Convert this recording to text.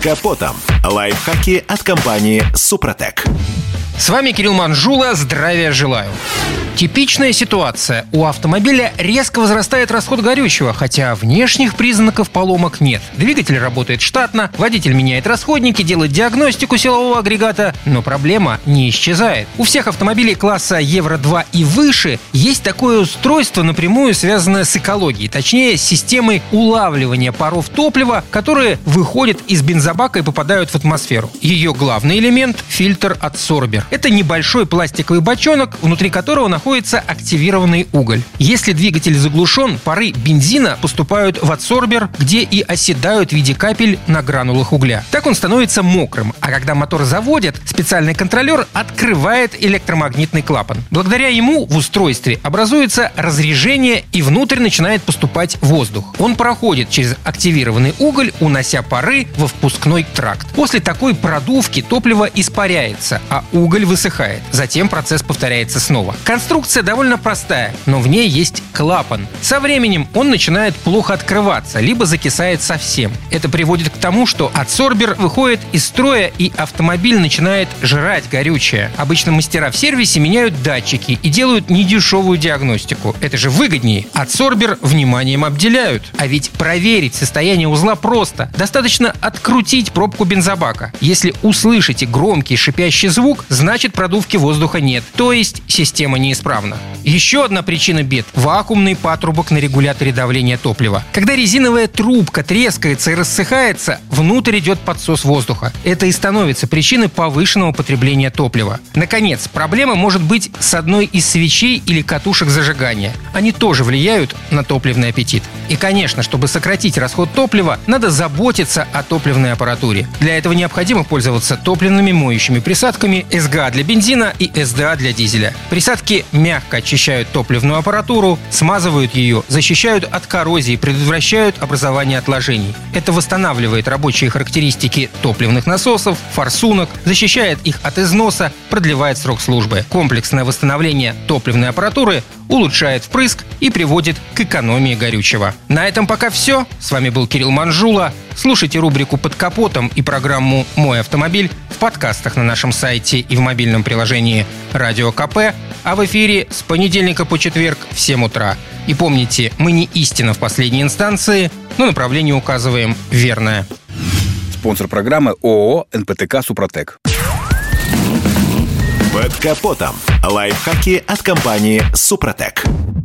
капотом. Лайфхаки от компании «Супротек». С вами Кирилл Манжула. Здравия желаю. Типичная ситуация. У автомобиля резко возрастает расход горючего, хотя внешних признаков поломок нет. Двигатель работает штатно, водитель меняет расходники, делает диагностику силового агрегата, но проблема не исчезает. У всех автомобилей класса Евро-2 и выше есть такое устройство, напрямую связанное с экологией, точнее, с системой улавливания паров топлива, которые выходят из бензобака и попадают в атмосферу. Ее главный элемент — фильтр-адсорбер. Это небольшой пластиковый бочонок, внутри которого находится активированный уголь. Если двигатель заглушен, пары бензина поступают в адсорбер, где и оседают в виде капель на гранулах угля. Так он становится мокрым, а когда мотор заводят, специальный контролер открывает электромагнитный клапан. Благодаря ему в устройстве образуется разрежение и внутрь начинает поступать воздух. Он проходит через активированный уголь, унося пары во впускной тракт. После такой продувки топливо испаряется, а уголь высыхает. Затем процесс повторяется снова. Конструкция довольно простая, но в ней есть клапан. Со временем он начинает плохо открываться, либо закисает совсем. Это приводит к тому, что адсорбер выходит из строя и автомобиль начинает жрать горючее. Обычно мастера в сервисе меняют датчики и делают недешевую диагностику. Это же выгоднее. Адсорбер вниманием обделяют. А ведь проверить состояние узла просто. Достаточно открутить пробку бензобака. Если услышите громкий шипящий звук, значит продувки воздуха нет, то есть система неисправна. Еще одна причина бед – вакуумный патрубок на регуляторе давления топлива. Когда резиновая трубка трескается и рассыхается, внутрь идет подсос воздуха. Это и становится причиной повышенного потребления топлива. Наконец, проблема может быть с одной из свечей или катушек зажигания. Они тоже влияют на топливный аппетит. И, конечно, чтобы сократить расход топлива, надо заботиться о топливной аппаратуре. Для этого необходимо пользоваться топливными моющими присадками СГА для бензина и СДА для дизеля. Присадки мягко очищают топливную аппаратуру, смазывают ее, защищают от коррозии, предотвращают образование отложений. Это восстанавливает рабочие характеристики топливных насосов, форсунок, защищает их от износа, продлевает срок службы. Комплексное восстановление топливной аппаратуры улучшает впрыск и приводит к экономии горючего. На этом пока все. С вами был Кирилл Манжула. Слушайте рубрику «Под капотом» и программу «Мой автомобиль» в подкастах на нашем сайте и в мобильном приложении «Радио КП», а в эфире с понедельника по четверг в 7 утра. И помните, мы не истина в последней инстанции, но направление указываем верное. Спонсор программы ООО «НПТК Супротек». «Под капотом» – лайфхаки от компании «Супротек».